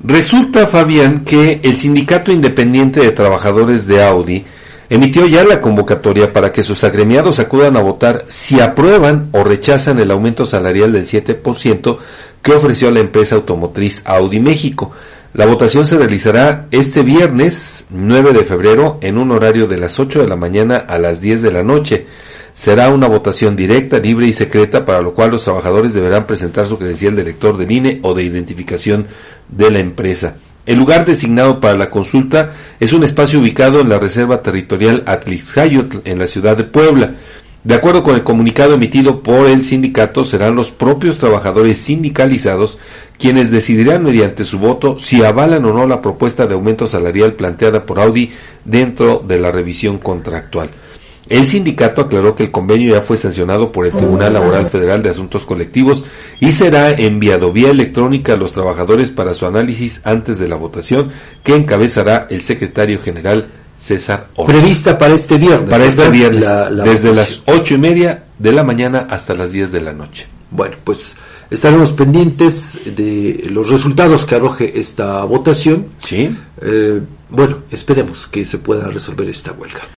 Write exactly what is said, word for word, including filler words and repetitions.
Resulta, Fabián, que el Sindicato Independiente de Trabajadores de Audi emitió ya la convocatoria para que sus agremiados acudan a votar si aprueban o rechazan el aumento salarial del siete por ciento que ofreció la empresa automotriz Audi México. La votación se realizará este viernes nueve de febrero en un horario de las ocho de la mañana a las diez de la noche. Será una votación directa, libre y secreta, para lo cual los trabajadores deberán presentar su credencial de lector del I N E o de identificación de la empresa. El lugar designado para la consulta es un espacio ubicado en la Reserva Territorial Atlixcayotl, en la ciudad de Puebla. De acuerdo con el comunicado emitido por el sindicato, serán los propios trabajadores sindicalizados quienes decidirán mediante su voto si avalan o no la propuesta de aumento salarial planteada por Audi dentro de la revisión contractual. El sindicato aclaró que el convenio ya fue sancionado por el Tribunal Laboral Federal de Asuntos Colectivos y será enviado vía electrónica a los trabajadores para su análisis antes de la votación, que encabezará el secretario general César Orr. Prevista para este viernes. Para este viernes, la, la desde votación. las ocho y media de la mañana hasta las diez de la noche. Bueno, pues estaremos pendientes de los resultados que arroje esta votación. Sí. Eh, bueno, esperemos que se pueda resolver esta huelga.